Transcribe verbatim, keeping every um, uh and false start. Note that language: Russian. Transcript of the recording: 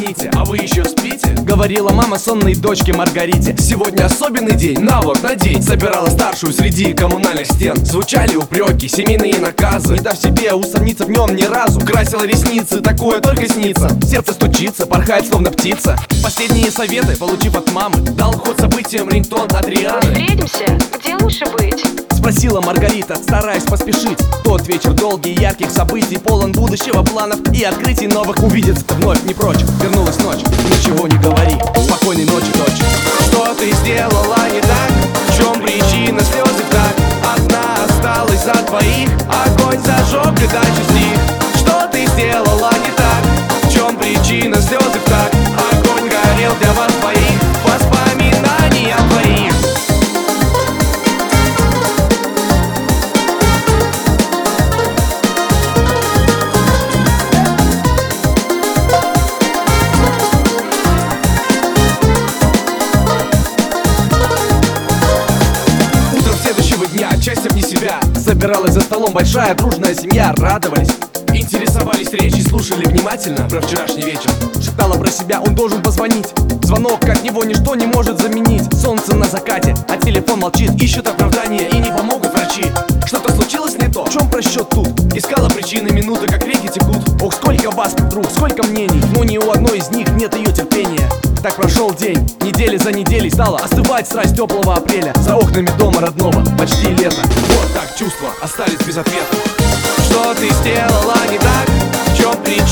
Маргарите, а вы еще спите? Говорила мама сонной дочке Маргарите. Сегодня особенный день, на вот, надень. Собирала старшую среди коммунальных стен. Звучали упреки, семейные наказы. Не дав себе усомниться в нем ни разу. Красила ресницы, такое только снится. Сердце стучится, порхает словно птица. Последние советы, получив от мамы, дал ход событиям рингтон от Рианы. Встретимся, где лучше быть? Спросила Маргарита, стараясь поспешить. Тот вечер долгий, ярких событий, полон будущего, планов и открытий новых. Увидеться вновь не прочь, вернулась ночь. Ничего не говори, спокойной ночи, дочь. Что ты сделала не так? В чем причина слезы так? Одна осталась за двоих, огонь зажег и дальше стих. Что ты сделала не так? В чем причина слезы так? Огонь горел для вас двоих, воспоминания твоих. Счастье вне себя. Собиралась за столом большая дружная семья. Радовались, интересовались речи, слушали внимательно про вчерашний вечер. Шептала про себя, он должен позвонить. Звонок, как него ничто не может заменить. Солнце на закате, а телефон молчит. Ищут оправдания и не помогут врачи. Что-то случилось не то, в чем просчет тут? Искала причины, минуты как реки текут. Ох, сколько вас, друг, сколько мнений, но ни у одной из них нет ее терпения. Так прошел день, недели за неделей стала остывать страсть теплого апреля. За окнами дома родного почти лето. Вот так чувства остались без ответа. Что ты сделала не так? В чем причина?